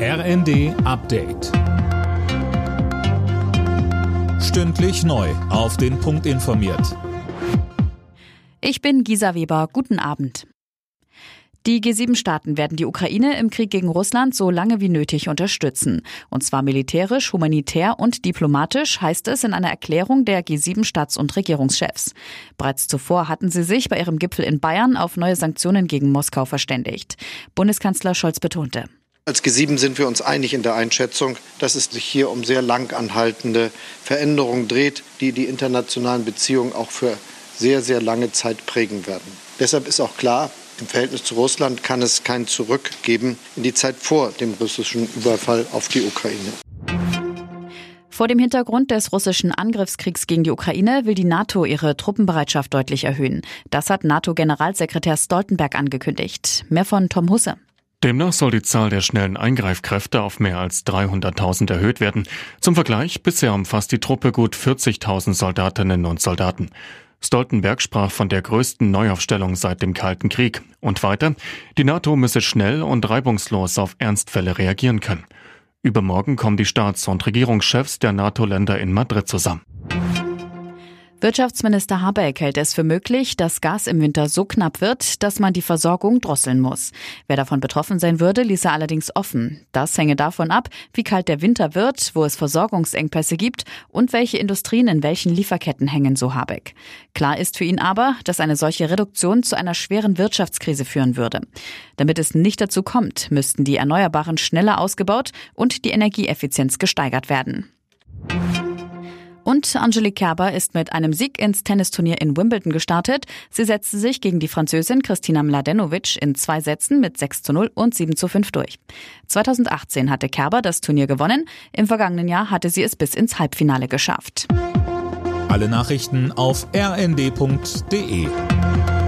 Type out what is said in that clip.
RND Update. Stündlich neu auf den Punkt informiert. Ich bin Gisa Weber. Guten Abend. Die G7-Staaten werden die Ukraine im Krieg gegen Russland so lange wie nötig unterstützen. Und zwar militärisch, humanitär und diplomatisch, heißt es in einer Erklärung der G7-Staats- und Regierungschefs. Bereits zuvor hatten sie sich bei ihrem Gipfel in Bayern auf neue Sanktionen gegen Moskau verständigt. Bundeskanzler Scholz betonte: Als G7 sind wir uns einig in der Einschätzung, dass es sich hier um sehr lang anhaltende Veränderungen dreht, die die internationalen Beziehungen auch für sehr, sehr lange Zeit prägen werden. Deshalb ist auch klar, im Verhältnis zu Russland kann es kein Zurück geben in die Zeit vor dem russischen Überfall auf die Ukraine. Vor dem Hintergrund des russischen Angriffskriegs gegen die Ukraine will die NATO ihre Truppenbereitschaft deutlich erhöhen. Das hat NATO-Generalsekretär Stoltenberg angekündigt. Mehr von Tom Husse. Demnach soll die Zahl der schnellen Eingreifkräfte auf mehr als 300.000 erhöht werden. Zum Vergleich, bisher umfasst die Truppe gut 40.000 Soldatinnen und Soldaten. Stoltenberg sprach von der größten Neuaufstellung seit dem Kalten Krieg. Und weiter, die NATO müsse schnell und reibungslos auf Ernstfälle reagieren können. Übermorgen kommen die Staats- und Regierungschefs der NATO-Länder in Madrid zusammen. Wirtschaftsminister Habeck hält es für möglich, dass Gas im Winter so knapp wird, dass man die Versorgung drosseln muss. Wer davon betroffen sein würde, ließ er allerdings offen. Das hänge davon ab, wie kalt der Winter wird, wo es Versorgungsengpässe gibt und welche Industrien in welchen Lieferketten hängen, so Habeck. Klar ist für ihn aber, dass eine solche Reduktion zu einer schweren Wirtschaftskrise führen würde. Damit es nicht dazu kommt, müssten die Erneuerbaren schneller ausgebaut und die Energieeffizienz gesteigert werden. Und Angelique Kerber ist mit einem Sieg ins Tennisturnier in Wimbledon gestartet. Sie setzte sich gegen die Französin Kristina Mladenovic in 2 Sätzen mit 6:0 und 7:5 durch. 2018 hatte Kerber das Turnier gewonnen. Im vergangenen Jahr hatte sie es bis ins Halbfinale geschafft. Alle Nachrichten auf rnd.de.